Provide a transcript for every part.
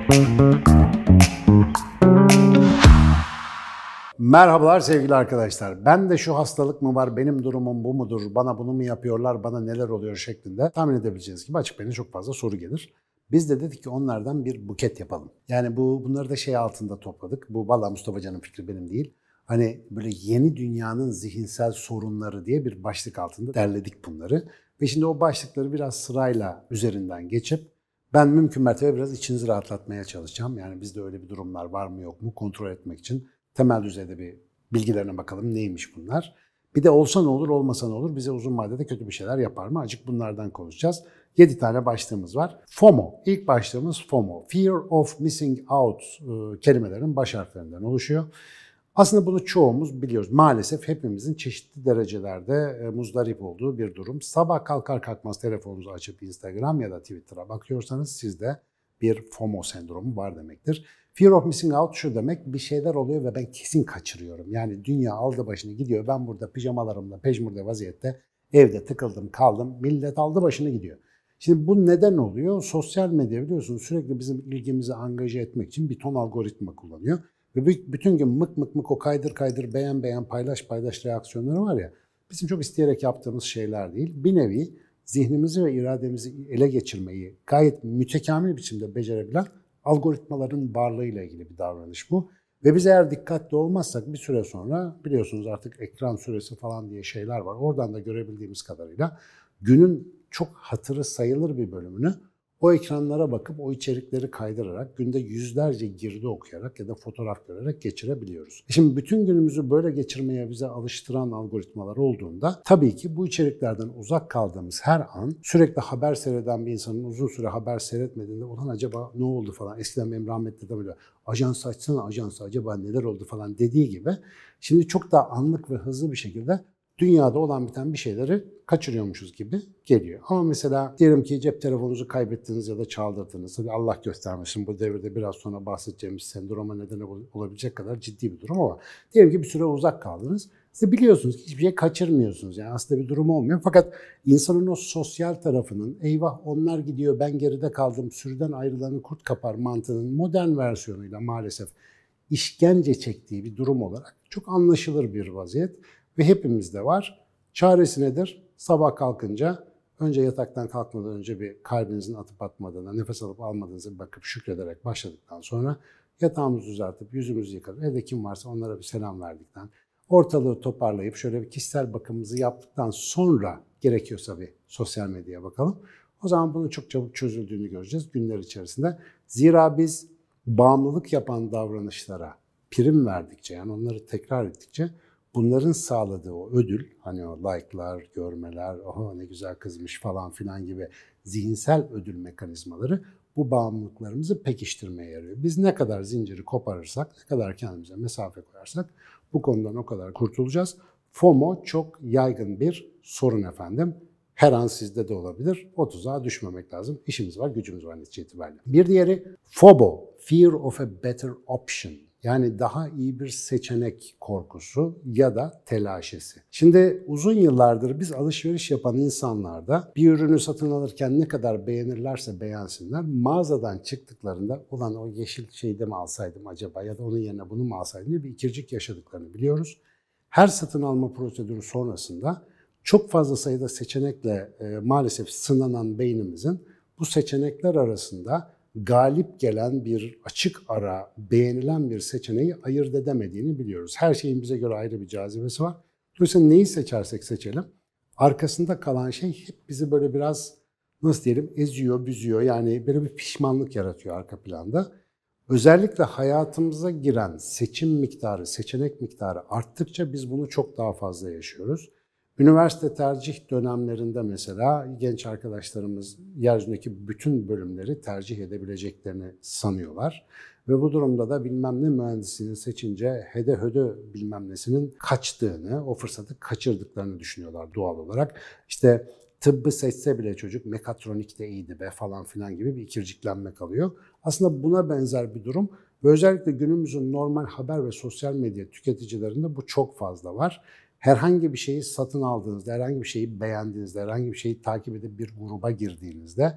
Merhabalar sevgili arkadaşlar. Ben de şu hastalık mı var, benim durumum bu mudur, bana bunu mu yapıyorlar, bana neler oluyor şeklinde tahmin edebileceğiniz gibi açık beyne çok fazla soru gelir. Biz de dedik ki onlardan bir buket yapalım. Yani bunları da şey altında topladık. Bu vallahi Mustafa Can'ın fikri, benim değil. Hani böyle yeni dünyanın zihinsel sorunları diye bir başlık altında derledik bunları. Ve şimdi o başlıkları biraz sırayla üzerinden geçip ben mümkün mertebe biraz içinizi rahatlatmaya çalışacağım. Yani bizde öyle bir durumlar var mı yok mu kontrol etmek için temel düzeyde bir bilgilerine bakalım, neymiş bunlar. Bir de olsa ne olur, olmasa ne olur, bize uzun vadede kötü bir şeyler yapar mı? Azıcık bunlardan konuşacağız. 7 tane başlığımız var. FOMO, ilk başlığımız FOMO. Fear of Missing Out kelimelerinin baş harflerinden oluşuyor. Aslında bunu çoğumuz biliyoruz. Maalesef hepimizin çeşitli derecelerde muzdarip olduğu bir durum. Sabah kalkar kalkmaz telefonunuzu açıp Instagram ya da Twitter'a bakıyorsanız sizde bir FOMO sendromu var demektir. Fear of missing out şu demek, bir şeyler oluyor ve ben kesin kaçırıyorum. Yani dünya aldı başını gidiyor, ben burada pijamalarımla pejmürde vaziyette evde tıkıldım kaldım, millet aldı başını gidiyor. Şimdi bu neden oluyor? Sosyal medya biliyorsunuz sürekli bizim ilgimizi angaje etmek için bir ton algoritma kullanıyor. Ve bütün gün mık mık mık o kaydır kaydır beğen beğen paylaş paylaş reaksiyonları var ya, bizim çok isteyerek yaptığımız şeyler değil. Bir nevi zihnimizi ve irademizi ele geçirmeyi gayet mütekamil biçimde becerebilen algoritmaların varlığıyla ilgili bir davranış bu. Ve biz eğer dikkatli olmazsak bir süre sonra biliyorsunuz artık ekran süresi falan diye şeyler var. Oradan da görebildiğimiz kadarıyla günün çok hatırı sayılır bir bölümünü o ekranlara bakıp o içerikleri kaydırarak günde yüzlerce girdi okuyarak ya da fotoğraf görerek geçirebiliyoruz. Şimdi bütün günümüzü böyle geçirmeye bize alıştıran algoritmalar olduğunda tabii ki bu içeriklerden uzak kaldığımız her an sürekli haber seyreden bir insanın uzun süre haber seyretmediğinde ulan acaba ne oldu falan, eskiden benim rahmetli de böyle ajans açsana ajansı acaba neler oldu falan dediği gibi şimdi çok daha anlık ve hızlı bir şekilde dünyada olan biten bir şeyleri kaçırıyormuşuz gibi geliyor. Ama mesela diyelim ki cep telefonunuzu kaybettiniz ya da çaldırdınız. Hadi Allah göstermesin, bu devirde biraz sonra bahsedeceğimiz sendroma neden olabilecek kadar ciddi bir durum ama diyelim ki bir süre uzak kaldınız. Siz biliyorsunuz ki hiçbir şey kaçırmıyorsunuz. Yani aslında bir durum olmuyor. Fakat insanın o sosyal tarafının eyvah onlar gidiyor ben geride kaldım, sürüden ayrılanı kurt kapar mantığının modern versiyonuyla maalesef işkence çektiği bir durum olarak çok anlaşılır bir vaziyet. Ve hepimizde var. Çaresi nedir? Sabah kalkınca önce yataktan kalkmadan önce bir kalbinizin atıp atmadığına, nefes alıp almadığınıza bakıp şükrederek başladıktan sonra yatağımızı düzeltip yüzümüzü yıkadık. Evde kim varsa onlara bir selam verdikten, ortalığı toparlayıp şöyle bir kişisel bakımımızı yaptıktan sonra gerekiyorsa bir sosyal medyaya bakalım. O zaman bunun çok çabuk çözüldüğünü göreceğiz günler içerisinde. Zira biz bağımlılık yapan davranışlara prim verdikçe, yani onları tekrar ettikçe bunların sağladığı o ödül, hani o like'lar, görmeler, oha ne güzel kızmış falan filan gibi zihinsel ödül mekanizmaları bu bağımlılıklarımızı pekiştirmeye yarıyor. Biz ne kadar zinciri koparırsak, ne kadar kendimize mesafe koyarsak bu konudan o kadar kurtulacağız. FOMO çok yaygın bir sorun efendim. Her an sizde de olabilir. O tuzağa düşmemek lazım. İşimiz var, gücümüz var netice itibariyle. Bir diğeri FOBO, Fear of a Better Option. Yani daha iyi bir seçenek korkusu ya da telaşesi. Şimdi uzun yıllardır biz alışveriş yapan insanlarda bir ürünü satın alırken ne kadar beğenirlerse beğensinler, mağazadan çıktıklarında ulan o yeşil şeyi de mi alsaydım acaba ya da onun yerine bunu mu alsaydım diye bir ikircik yaşadıklarını biliyoruz. Her satın alma prosedürü sonrasında çok fazla sayıda seçenekle maalesef sınanan beynimizin bu seçenekler arasında galip gelen bir açık ara, beğenilen bir seçeneği ayırt edemediğini biliyoruz. Her şeyin bize göre ayrı bir cazibesi var. Dolayısıyla neyi seçersek seçelim, arkasında kalan şey hep bizi böyle biraz nasıl diyelim eziyor, büzüyor. Yani böyle bir pişmanlık yaratıyor arka planda. Özellikle hayatımıza giren seçim miktarı, seçenek miktarı arttıkça biz bunu çok daha fazla yaşıyoruz. Üniversite tercih dönemlerinde mesela genç arkadaşlarımız yeryüzündeki bütün bölümleri tercih edebileceklerini sanıyorlar. Ve bu durumda da bilmem ne mühendisliğini seçince hede hödö bilmem nesinin kaçtığını, o fırsatı kaçırdıklarını düşünüyorlar doğal olarak. İşte tıbbı seçse bile çocuk mekatronik de iyiydi be falan filan gibi bir ikirciklenme kalıyor. Aslında buna benzer bir durum ve özellikle günümüzün normal haber ve sosyal medya tüketicilerinde bu çok fazla var. Herhangi bir şeyi satın aldığınızda, herhangi bir şeyi beğendiğinizde, herhangi bir şeyi takip edip bir gruba girdiğinizde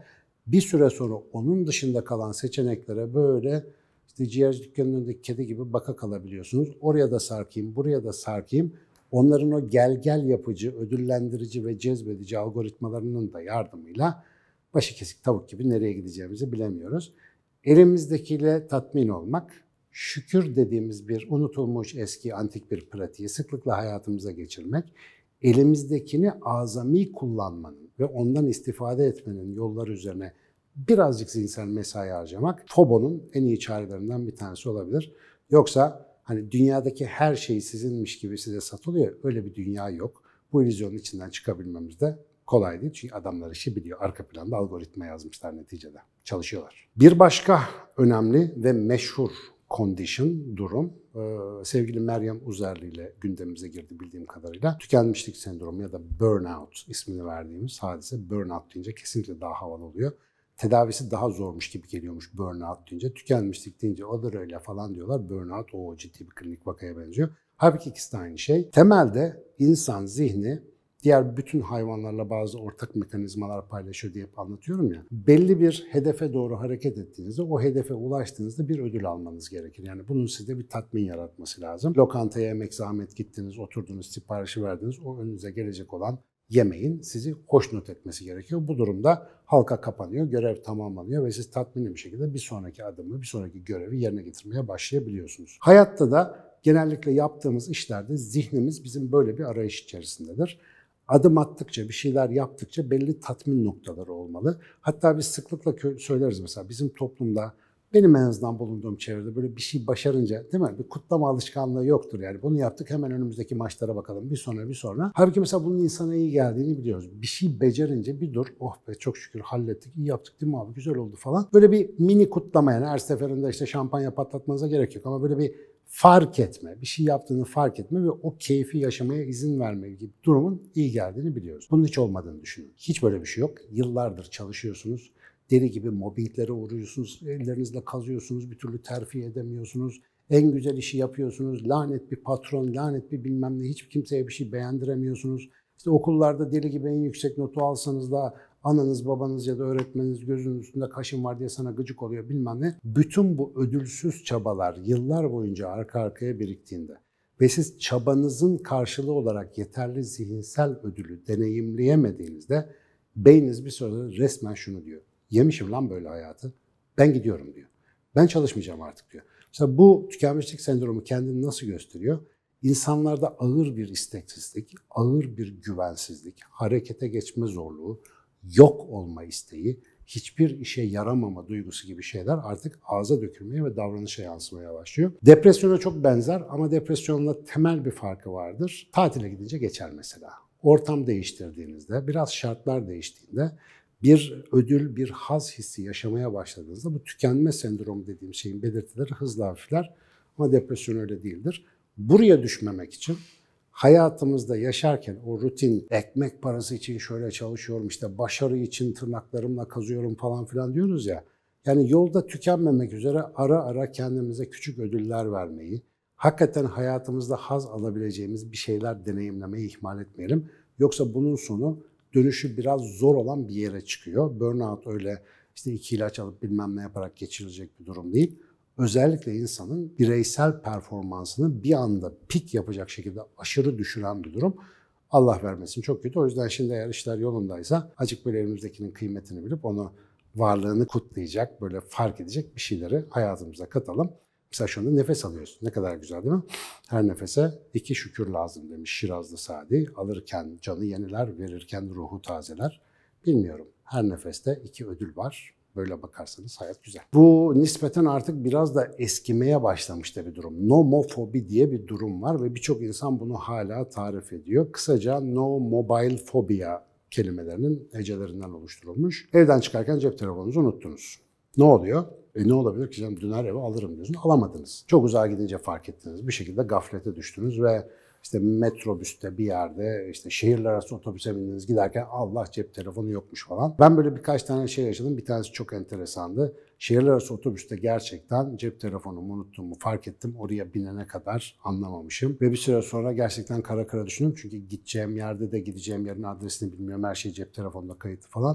Bir süre sonra onun dışında kalan seçeneklere böyle işte ciğerci dükkanının önündeki kedi gibi baka kalabiliyorsunuz. Oraya da sarkayım, buraya da sarkayım. Onların o gel gel yapıcı, ödüllendirici ve cezbedici algoritmalarının da yardımıyla başı kesik tavuk gibi nereye gideceğimizi bilemiyoruz. Elimizdekiyle tatmin olmak, şükür dediğimiz bir unutulmuş eski antik bir pratiği sıklıkla hayatımıza geçirmek, elimizdekini azami kullanmanın ve ondan istifade etmenin yolları üzerine birazcık zihinsel mesai harcamak FOBO'nun en iyi çarelerinden bir tanesi olabilir. Yoksa hani dünyadaki her şey sizinmiş gibi size satılıyor. Öyle bir dünya yok. Bu illüzyonun içinden çıkabilmemiz de kolay değil. Çünkü adamlar işi biliyor. Arka planda algoritma yazmışlar neticede. Çalışıyorlar. Bir başka önemli ve meşhur condition, durum, sevgili Meryem Uzerli ile gündemimize girdi bildiğim kadarıyla. Tükenmişlik sendromu ya da burnout ismini verdiğimiz hadise. Burnout deyince kesinlikle daha havalı oluyor. Tedavisi daha zormuş gibi geliyormuş burnout deyince. Tükenmişlik deyince o da öyle falan diyorlar. Burnout o ciddi bir klinik vakaya benziyor. Halbuki ikisi de aynı şey. Temelde insan zihni diğer bütün hayvanlarla bazı ortak mekanizmalar paylaşıyor diye hep anlatıyorum ya. Belli bir hedefe doğru hareket ettiğinizde o hedefe ulaştığınızda bir ödül almanız gerekir. Yani bunun sizde bir tatmin yaratması lazım. Lokantaya emek zahmet gittiniz, oturdunuz, siparişi verdiniz. O önünüze gelecek olan yemeğin sizi hoşnut etmesi gerekiyor. Bu durumda halka kapanıyor, görev tamamlanıyor ve siz tatminli bir şekilde bir sonraki adımı, bir sonraki görevi yerine getirmeye başlayabiliyorsunuz. Hayatta da genellikle yaptığımız işlerde zihnimiz bizim böyle bir arayış içerisindedir. Adım attıkça, bir şeyler yaptıkça belli tatmin noktaları olmalı. Hatta biz sıklıkla söyleriz mesela bizim toplumda, benim en azından bulunduğum çevrede böyle bir şey başarınca değil mi? Bir kutlama alışkanlığı yoktur yani. Bunu yaptık hemen önümüzdeki maçlara bakalım bir sonra. Halbuki mesela bunun insana iyi geldiğini biliyoruz. Bir şey becerince bir dur, oh be çok şükür hallettik, iyi yaptık değil mi abi güzel oldu falan. Böyle bir mini kutlama yani her seferinde işte şampanya patlatmanıza gerek yok ama böyle bir fark etme, bir şey yaptığını fark etme ve o keyfi yaşamaya izin verme gibi durumun iyi geldiğini biliyoruz. Bunun hiç olmadığını düşünün. Hiç böyle bir şey yok. Yıllardır çalışıyorsunuz. Deli gibi mobbinglere uğruyorsunuz, ellerinizle kazıyorsunuz, bir türlü terfi edemiyorsunuz. En güzel işi yapıyorsunuz, lanet bir patron, lanet bir bilmem ne, hiç kimseye bir şey beğendiremiyorsunuz. İşte okullarda deli gibi en yüksek notu alsanız da ananız, babanız ya da öğretmeniniz gözünün üstünde kaşın var diye sana gıcık oluyor bilmem ne. Bütün bu ödülsüz çabalar yıllar boyunca arka arkaya biriktiğinde ve siz çabanızın karşılığı olarak yeterli zihinsel ödülü deneyimleyemediğinizde beyniniz bir süre resmen şunu diyor. Yemişim lan böyle hayatı. Ben gidiyorum diyor. Ben çalışmayacağım artık diyor. Mesela bu tükenmişlik sendromu kendini nasıl gösteriyor? İnsanlarda ağır bir isteksizlik, ağır bir güvensizlik, harekete geçme zorluğu, yok olma isteği, hiçbir işe yaramama duygusu gibi şeyler artık ağza dökülmeye ve davranışa yansımaya başlıyor. Depresyona çok benzer ama depresyonla temel bir farkı vardır. Tatile gidince geçer mesela. Ortam değiştirdiğinizde, biraz şartlar değiştiğinde bir ödül, bir haz hissi yaşamaya başladığınızda bu tükenme sendromu dediğim şeyin belirtileri hızla hafifler ama depresyon öyle değildir. Buraya düşmemek için hayatımızda yaşarken o rutin, ekmek parası için şöyle çalışıyorum, işte başarı için tırnaklarımla kazıyorum falan filan diyoruz ya. Yani yolda tükenmemek üzere ara ara kendimize küçük ödüller vermeyi, hakikaten hayatımızda haz alabileceğimiz bir şeyler deneyimlemeyi ihmal etmeyelim. Yoksa bunun sonu dönüşü biraz zor olan bir yere çıkıyor. Burnout öyle işte 2 ilaç alıp bilmem ne yaparak geçirilecek bir durum değil. Özellikle insanın bireysel performansını bir anda pik yapacak şekilde aşırı düşüren bir durum. Allah vermesin çok kötü. O yüzden şimdi eğer işler yolundaysa azıcık böyle elimizdekinin kıymetini bilip onu varlığını kutlayacak, böyle fark edecek bir şeyleri hayatımıza katalım. Mesela şu anda nefes alıyorsun. Ne kadar güzel değil mi? Her nefese 2 şükür lazım demiş Şirazlı Sadi. Alırken canı yeniler, verirken ruhu tazeler. Bilmiyorum. Her nefeste 2 ödül var. Böyle bakarsanız hayat güzel. Bu nispeten artık biraz da eskimeye başlamış da bir durum. Nomofobi diye bir durum var ve birçok insan bunu hala tarif ediyor. Kısaca no mobile phobia kelimelerinin hecelerinden oluşturulmuş. Evden çıkarken cep telefonunuzu unuttunuz. Ne oluyor? Ne olabilir ki canım döner eve alırım diyorsun. Alamadınız. Çok uzağa gidince fark ettiniz. Bir şekilde gaflete düştünüz ve işte metrobüste bir yerde işte şehirler arası otobüse bindiniz giderken Allah cep telefonu yokmuş falan. Ben böyle birkaç tane şey yaşadım. Bir tanesi çok enteresandı. Şehirler arası otobüste gerçekten cep telefonumu unuttuğumu fark ettim. Oraya binene kadar anlamamışım. Ve bir süre sonra gerçekten kara kara düşündüm. Çünkü gideceğim yerde de gideceğim yerin adresini bilmiyorum. Her şey cep telefonunda kayıtlı falan.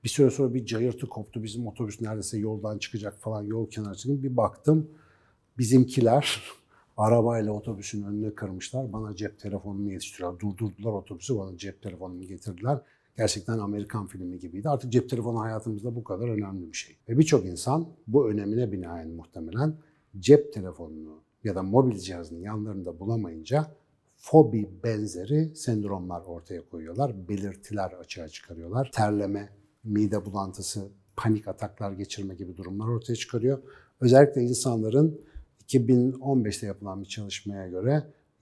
Bir süre sonra bir cayırtı koptu. Bizim otobüs neredeyse yoldan çıkacak falan. Yol kenarı çıkın. Bir baktım bizimkiler arabayla otobüsün önüne kırmışlar. Bana cep telefonumu yetiştiriyorlar. Durdurdular otobüsü, bana cep telefonumu getirdiler. Gerçekten Amerikan filmi gibiydi. Artık cep telefonu hayatımızda bu kadar önemli bir şey. Ve birçok insan bu önemine binaen muhtemelen cep telefonunu ya da mobil cihazını yanlarında bulamayınca fobi benzeri sendromlar ortaya koyuyorlar. Belirtiler açığa çıkarıyorlar. Terleme, mide bulantısı, panik ataklar geçirme gibi durumlar ortaya çıkarıyor. Özellikle insanların 2015'te yapılan bir çalışmaya göre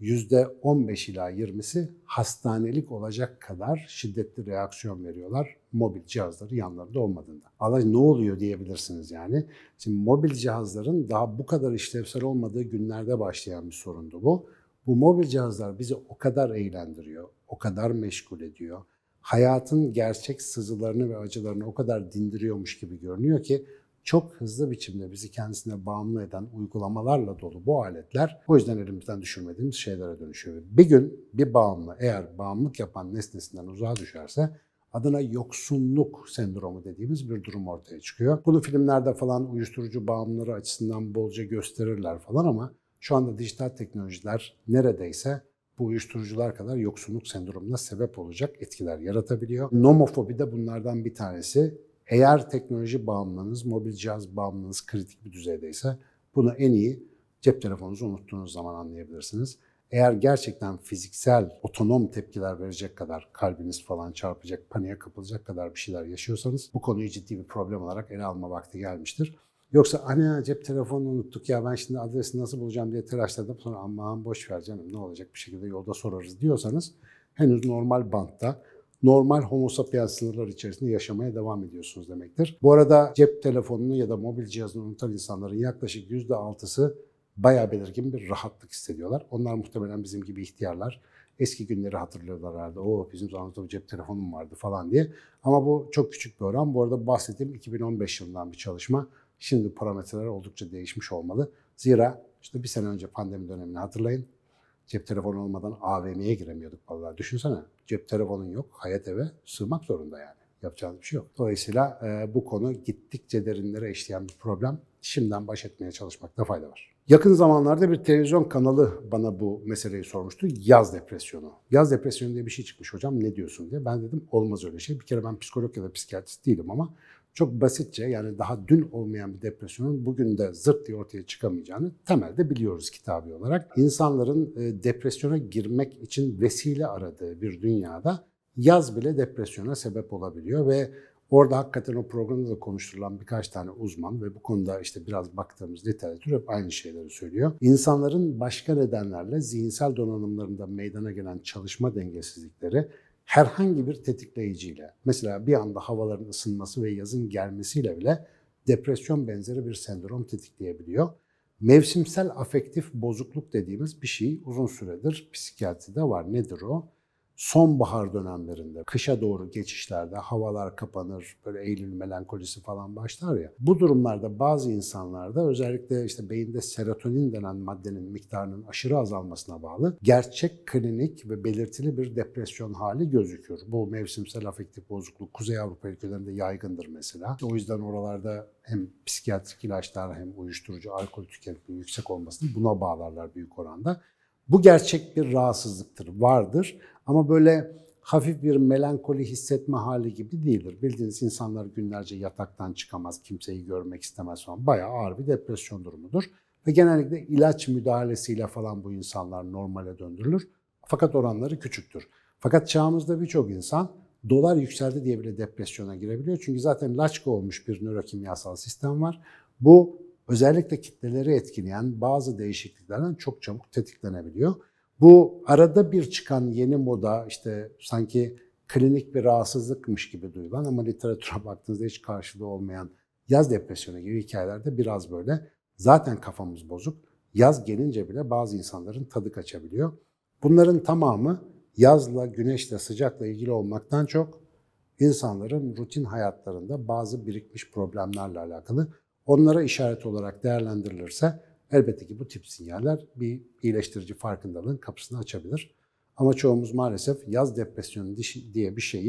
%15 ila 20'si hastanelik olacak kadar şiddetli reaksiyon veriyorlar mobil cihazları yanlarında olmadığında. Allah ne oluyor diyebilirsiniz yani. Şimdi mobil cihazların daha bu kadar işlevsel olmadığı günlerde başlayan bir sorundu bu. Bu mobil cihazlar bizi o kadar eğlendiriyor, o kadar meşgul ediyor. Hayatın gerçek sızılarını ve acılarını o kadar dindiriyormuş gibi görünüyor ki çok hızlı biçimde bizi kendisine bağımlı eden uygulamalarla dolu bu aletler o yüzden elimizden düşürmediğimiz şeylere dönüşüyor. Bir gün bir bağımlı eğer bağımlılık yapan nesnesinden uzağa düşerse adına yoksunluk sendromu dediğimiz bir durum ortaya çıkıyor. Bunu filmlerde falan uyuşturucu bağımlıları açısından bolca gösterirler falan ama şu anda dijital teknolojiler neredeyse bu uyuşturucular kadar yoksunluk sendromuna sebep olacak etkiler yaratabiliyor. Nomofobi de bunlardan bir tanesi. Eğer teknoloji bağımlılığınız, mobil cihaz bağımlılığınız kritik bir düzeydeyse bunu en iyi cep telefonunuzu unuttuğunuz zaman anlayabilirsiniz. Eğer gerçekten fiziksel, otonom tepkiler verecek kadar, kalbiniz falan çarpacak, paniğe kapılacak kadar bir şeyler yaşıyorsanız bu konuyu ciddi bir problem olarak ele alma vakti gelmiştir. Yoksa hani cep telefonunu unuttuk ya ben şimdi adresi nasıl bulacağım diye telaşladım sonra aman boş ver canım ne olacak bir şekilde yolda sorarız diyorsanız henüz normal bantta, normal homo sapiens sınırları içerisinde yaşamaya devam ediyorsunuz demektir. Bu arada cep telefonunu ya da mobil cihazını unutan insanların yaklaşık %6'sı bayağı belirgin bir rahatlık hissediyorlar. Onlar muhtemelen bizim gibi ihtiyarlar. Eski günleri hatırlıyorlar herhalde. O bizim zamanımızda cep telefonum vardı falan diye. Ama bu çok küçük bir oran. Bu arada bahsettiğim 2015 yılından bir çalışma. Şimdi parametreler oldukça değişmiş olmalı. Zira işte bir sene önce pandemi dönemini hatırlayın. Cep telefonu olmadan AVM'ye giremiyorduk vallahi. Düşünsene cep telefonun yok, hayat eve sığmak zorunda yani. Yapacağınız bir şey yok. Dolayısıyla bu konu gittikçe derinlere işleyen bir problem. Şimdiden baş etmeye çalışmakta fayda var. Yakın zamanlarda bir televizyon kanalı bana bu meseleyi sormuştu. Yaz depresyonu. Yaz depresyonu diye bir şey çıkmış hocam ne diyorsun diye. Ben dedim olmaz öyle şey. Bir kere ben psikolog ya da psikiyatrist değilim ama çok basitçe yani daha dün olmayan bir depresyonun bugün de zırt diye ortaya çıkamayacağını temelde biliyoruz kitabi olarak. İnsanların depresyona girmek için vesile aradığı bir dünyada yaz bile depresyona sebep olabiliyor ve orada hakikaten o programda da konuşturulan birkaç tane uzman ve bu konuda işte biraz baktığımız literatür hep aynı şeyleri söylüyor. İnsanların başka nedenlerle zihinsel donanımlarında meydana gelen çalışma dengesizlikleri herhangi bir tetikleyiciyle, mesela bir anda havaların ısınması ve yazın gelmesiyle bile depresyon benzeri bir sendrom tetikleyebiliyor. Mevsimsel afektif bozukluk dediğimiz bir şey uzun süredir psikiyatride var. Nedir o? Sonbahar dönemlerinde, kışa doğru geçişlerde havalar kapanır, böyle Eylül melankolisi falan başlar ya. Bu durumlarda bazı insanlarda özellikle işte beyinde serotonin denen maddenin miktarının aşırı azalmasına bağlı gerçek klinik ve belirtili bir depresyon hali gözükür. Bu mevsimsel afektif bozukluk Kuzey Avrupa ülkelerinde yaygındır mesela. O yüzden oralarda hem psikiyatrik ilaçlar hem uyuşturucu, alkol tüketimi yüksek olmasını buna bağlarlar büyük oranda. Bu gerçek bir rahatsızlıktır, vardır ama böyle hafif bir melankoli hissetme hali gibi değildir. Bildiğiniz insanlar günlerce yataktan çıkamaz, kimseyi görmek istemez falan. Bayağı ağır bir depresyon durumudur. Ve genellikle ilaç müdahalesiyle falan bu insanlar normale döndürülür. Fakat oranları küçüktür. Fakat çağımızda birçok insan dolar yükseldi diye bile depresyona girebiliyor. Çünkü zaten laçka olmuş bir nörokimyasal sistem var. Bu özellikle kitleleri etkileyen bazı değişikliklerden çok çabuk tetiklenebiliyor. Bu arada bir çıkan yeni moda işte sanki klinik bir rahatsızlıkmış gibi duyulan ama literatüre baktığınızda hiç karşılığı olmayan yaz depresyonu gibi hikayelerde biraz böyle zaten kafamız bozuk. Yaz gelince bile bazı insanların tadı kaçabiliyor. Bunların tamamı yazla, güneşle, sıcakla ilgili olmaktan çok insanların rutin hayatlarında bazı birikmiş problemlerle alakalı. Onlara işaret olarak değerlendirilirse elbette ki bu tip sinyaller bir iyileştirici farkındalığın kapısını açabilir. Ama çoğumuz maalesef yaz depresyonu diye bir şeyi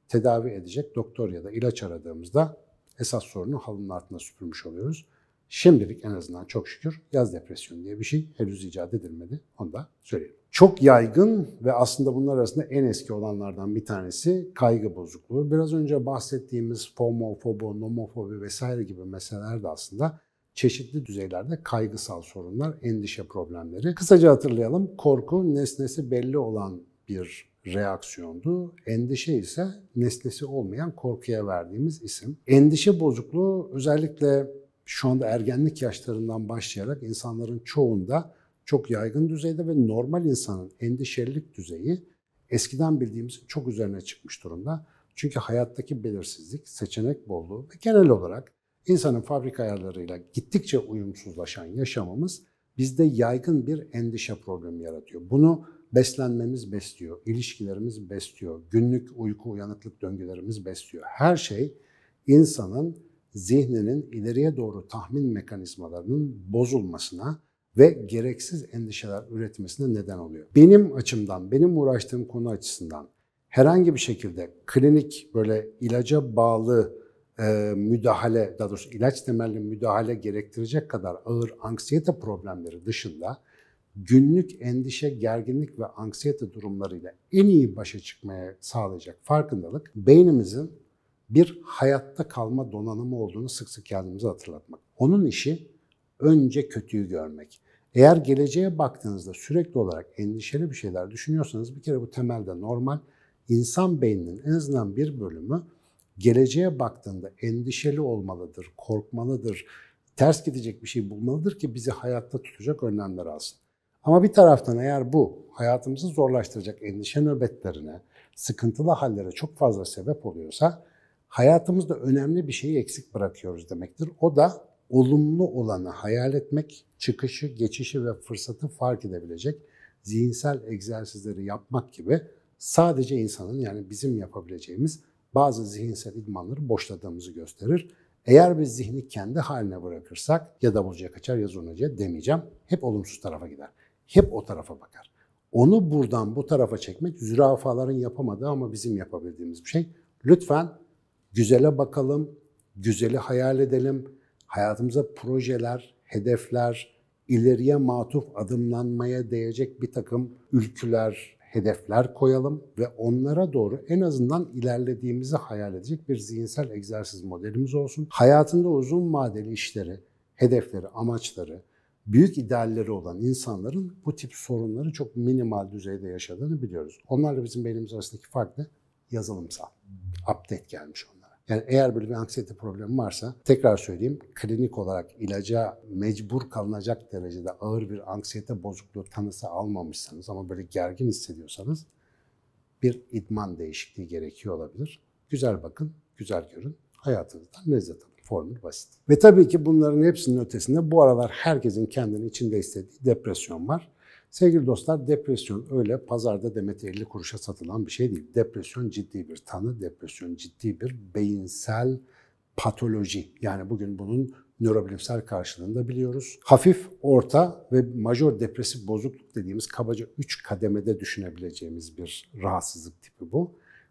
tedavi edecek doktor ya da ilaç aradığımızda esas sorunu halının altına süpürmüş oluyoruz. Şimdilik en azından çok şükür yaz depresyonu diye bir şey henüz icat edilmedi. Onu da söyleyelim. Çok yaygın ve aslında bunlar arasında en eski olanlardan bir tanesi kaygı bozukluğu. Biraz önce bahsettiğimiz FOMO, fobo, nomofobi vesaire gibi meseleler de aslında çeşitli düzeylerde kaygısal sorunlar, endişe problemleri. Kısaca hatırlayalım. Korku nesnesi belli olan bir reaksiyondu. Endişe ise nesnesi olmayan korkuya verdiğimiz isim. Endişe bozukluğu özellikle şu anda ergenlik yaşlarından başlayarak insanların çoğunda çok yaygın düzeyde ve normal insanın endişelilik düzeyi eskiden bildiğimiz çok üzerine çıkmış durumda. Çünkü hayattaki belirsizlik, seçenek bolluğu ve genel olarak insanın fabrika ayarlarıyla gittikçe uyumsuzlaşan yaşamımız bizde yaygın bir endişe problemi yaratıyor. Bunu beslenmemiz besliyor, ilişkilerimiz besliyor, günlük uyku uyanıklık döngülerimiz besliyor. Her şey insanın zihninin ileriye doğru tahmin mekanizmalarının bozulmasına ve gereksiz endişeler üretmesine neden oluyor. Benim açımdan, benim uğraştığım konu açısından herhangi bir şekilde klinik böyle ilaca bağlı müdahale, daha doğrusu ilaç temelli müdahale gerektirecek kadar ağır anksiyete problemleri dışında günlük endişe, gerginlik ve anksiyete durumlarıyla en iyi başa çıkmaya sağlayacak farkındalık beynimizin bir hayatta kalma donanımı olduğunu sık sık kendimize hatırlatmak. Onun işi önce kötüyü görmek. Eğer geleceğe baktığınızda sürekli olarak endişeli bir şeyler düşünüyorsanız bir kere bu temelde normal. İnsan beyninin en azından bir bölümü geleceğe baktığında endişeli olmalıdır, korkmalıdır, ters gidecek bir şey bulmalıdır ki bizi hayatta tutacak önlemler alsın. Ama bir taraftan eğer bu hayatımızı zorlaştıracak endişe nöbetlerine, sıkıntılı hallere çok fazla sebep oluyorsa hayatımızda önemli bir şeyi eksik bırakıyoruz demektir. O da olumlu olanı hayal etmek, çıkışı, geçişi ve fırsatı fark edebilecek zihinsel egzersizleri yapmak gibi sadece insanın yani bizim yapabileceğimiz bazı zihinsel idmanları boşladığımızı gösterir. Eğer biz zihni kendi haline bırakırsak ya davulcuya kaçar ya zurnacıya demeyeceğim. Hep olumsuz tarafa gider. Hep o tarafa bakar. Onu buradan bu tarafa çekmek zürafaların yapamadığı ama bizim yapabildiğimiz bir şey. Lütfen güzele bakalım, güzeli hayal edelim. Hayatımıza projeler, hedefler, ileriye matuf adımlanmaya değecek bir takım ülküler, hedefler koyalım ve onlara doğru en azından ilerlediğimizi hayal edecek bir zihinsel egzersiz modelimiz olsun. Hayatında uzun vadeli işleri, hedefleri, amaçları, büyük idealleri olan insanların bu tip sorunları çok minimal düzeyde yaşadığını biliyoruz. Onlarla bizim beynimiz arasındaki fark ne? Yazılımsal. Update gelmiş onlara. Yani eğer böyle bir anksiyete problemi varsa, tekrar söyleyeyim, klinik olarak ilaca mecbur kalınacak derecede ağır bir anksiyete bozukluğu tanısı almamışsanız ama böyle gergin hissediyorsanız bir idman değişikliği gerekiyor olabilir. Güzel bakın, güzel görün, hayatınızdan lezzet alın. Formül basit. Ve tabii ki bunların hepsinin ötesinde bu aralar herkesin kendini içinde istediği depresyon var. Sevgili dostlar, depresyon öyle pazarda demeti 50 kuruşa satılan bir şey değil. Depresyon ciddi bir tanı, depresyon ciddi bir beyinsel patoloji. Yani bugün bunun nörobilimsel karşılığını da biliyoruz. Hafif, orta ve majör depresif bozukluk dediğimiz kabaca 3 kademede düşünebileceğimiz bir rahatsızlık tipi bu.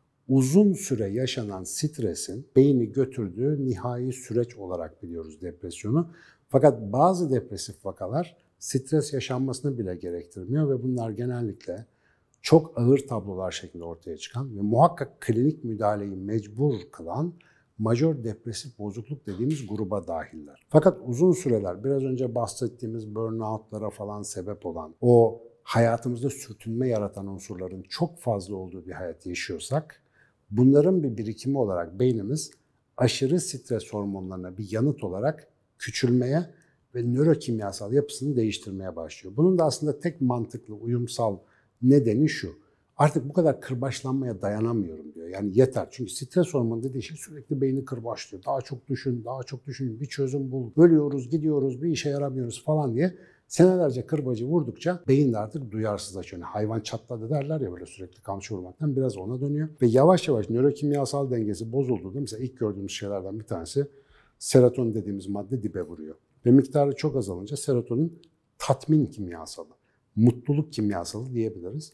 Uzun süre yaşanan stresin beyni götürdüğü nihai süreç olarak biliyoruz depresyonu. Fakat bazı depresif vakalar stres yaşanmasını bile gerektirmiyor ve bunlar genellikle çok ağır tablolar şeklinde ortaya çıkan ve muhakkak klinik müdahaleyi mecbur kılan majör depresif bozukluk dediğimiz gruba dahiller. Fakat uzun süreler biraz önce bahsettiğimiz burnoutlara falan sebep olan o hayatımızda sürtünme yaratan unsurların çok fazla olduğu bir hayat yaşıyorsak bunların bir birikimi olarak beynimiz aşırı stres hormonlarına bir yanıt olarak küçülmeye ve nörokimyasal yapısını değiştirmeye başlıyor. Bunun da aslında tek mantıklı, uyumsal nedeni şu. Artık bu kadar kırbaçlanmaya dayanamıyorum diyor. Yani yeter. Çünkü stres hormonu dediği şey sürekli beyni kırbaçlıyor. Daha çok düşün, daha çok düşün, bir çözüm bul. Ölüyoruz, gidiyoruz, bir işe yaramıyoruz falan diye. Senelerce kırbacı vurdukça beyin de artık duyarsızlaşıyor. Yani hayvan çatladı derler ya böyle sürekli kamçı vurmaktan biraz ona dönüyor. Ve yavaş yavaş nörokimyasal dengesi bozulduğunda mesela ilk gördüğümüz şeylerden bir tanesi serotonin dediğimiz madde dibe vuruyor. Ve miktarı çok azalınca serotonin tatmin kimyasalı, mutluluk kimyasalı diyebiliriz.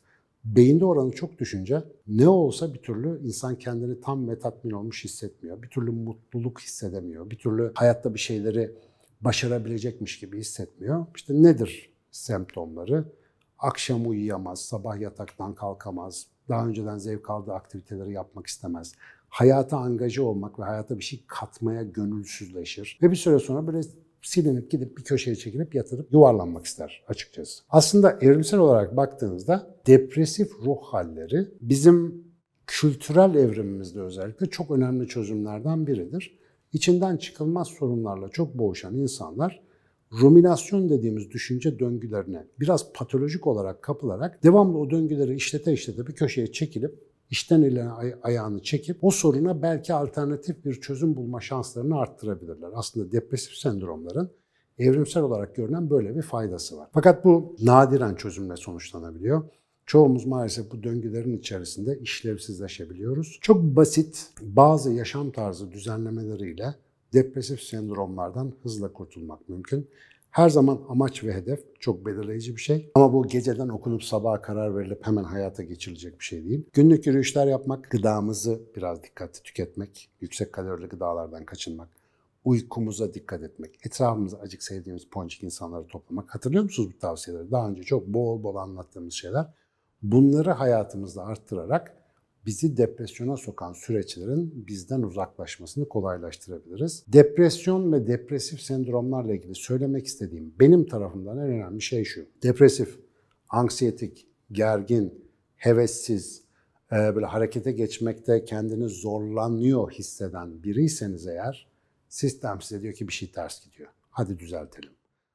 Beyinde oranı çok düşünce ne olsa bir türlü insan kendini tam ve tatmin olmuş hissetmiyor. Bir türlü mutluluk hissedemiyor. Bir türlü hayatta bir şeyleri başarabilecekmiş gibi hissetmiyor. İşte nedir semptomları? Akşam uyuyamaz, sabah yataktan kalkamaz, daha önceden zevk aldığı aktiviteleri yapmak istemez. Hayata angaje olmak ve hayata bir şey katmaya gönülsüzleşir. Ve bir süre sonra böyle silinip gidip bir köşeye çekilip yatırıp yuvarlanmak ister açıkçası. Aslında evrimsel olarak baktığınızda depresif ruh halleri bizim kültürel evrimimizde özellikle çok önemli çözümlerden biridir. İçinden çıkılmaz sorunlarla çok boğuşan insanlar ruminasyon dediğimiz düşünce döngülerine biraz patolojik olarak kapılarak devamlı o döngüleri işlete bir köşeye çekilip İşten eline ayağını çekip o soruna belki alternatif bir çözüm bulma şanslarını arttırabilirler. Aslında depresif sendromların evrimsel olarak görünen böyle bir faydası var. Fakat bu nadiren çözümle sonuçlanabiliyor. Çoğumuz maalesef bu döngülerin içerisinde işlevsizleşebiliyoruz. Çok basit bazı yaşam tarzı düzenlemeleriyle depresif sendromlardan hızla kurtulmak mümkün. Her zaman amaç ve hedef çok belirleyici bir şey. Ama bu geceden okunup sabaha karar verilip hemen hayata geçirilecek bir şey değil. Günlük yürüyüşler yapmak, gıdamızı biraz dikkatli tüketmek, yüksek kalorili gıdalardan kaçınmak, uykumuza dikkat etmek, etrafımızda acık sevdiğimiz ponçik insanları toplamak. Hatırlıyor musunuz bu tavsiyeleri? Daha önce çok bol bol anlattığımız şeyler. Bunları hayatımızda arttırarak bizi depresyona sokan süreçlerin bizden uzaklaşmasını kolaylaştırabiliriz. Depresyon ve depresif sendromlarla ilgili söylemek istediğim benim tarafımdan en önemli şey şu. Depresif, anksiyetik, gergin, hevessiz, böyle harekete geçmekte kendini zorlanıyor hisseden biriyseniz eğer, sistem size diyor ki bir şey ters gidiyor. Hadi düzeltelim.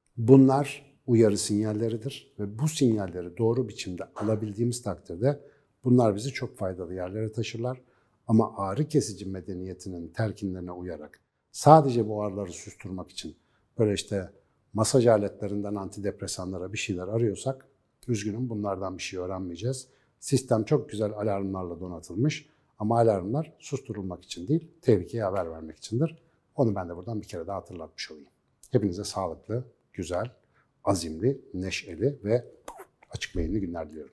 Bunlar uyarı sinyalleridir ve bu sinyalleri doğru biçimde alabildiğimiz takdirde bunlar bizi çok faydalı yerlere taşırlar. Ama ağrı kesici medeniyetinin telkinlerine uyarak sadece bu ağrıları susturmak için böyle işte masaj aletlerinden antidepresanlara bir şeyler arıyorsak üzgünüm bunlardan bir şey öğrenmeyeceğiz. Sistem çok güzel alarmlarla donatılmış ama alarmlar susturulmak için değil, tehlikeye haber vermek içindir. Onu ben de buradan bir kere daha hatırlatmış olayım. Hepinize sağlıklı, güzel, azimli, neşeli ve açık beyinli günler diliyorum.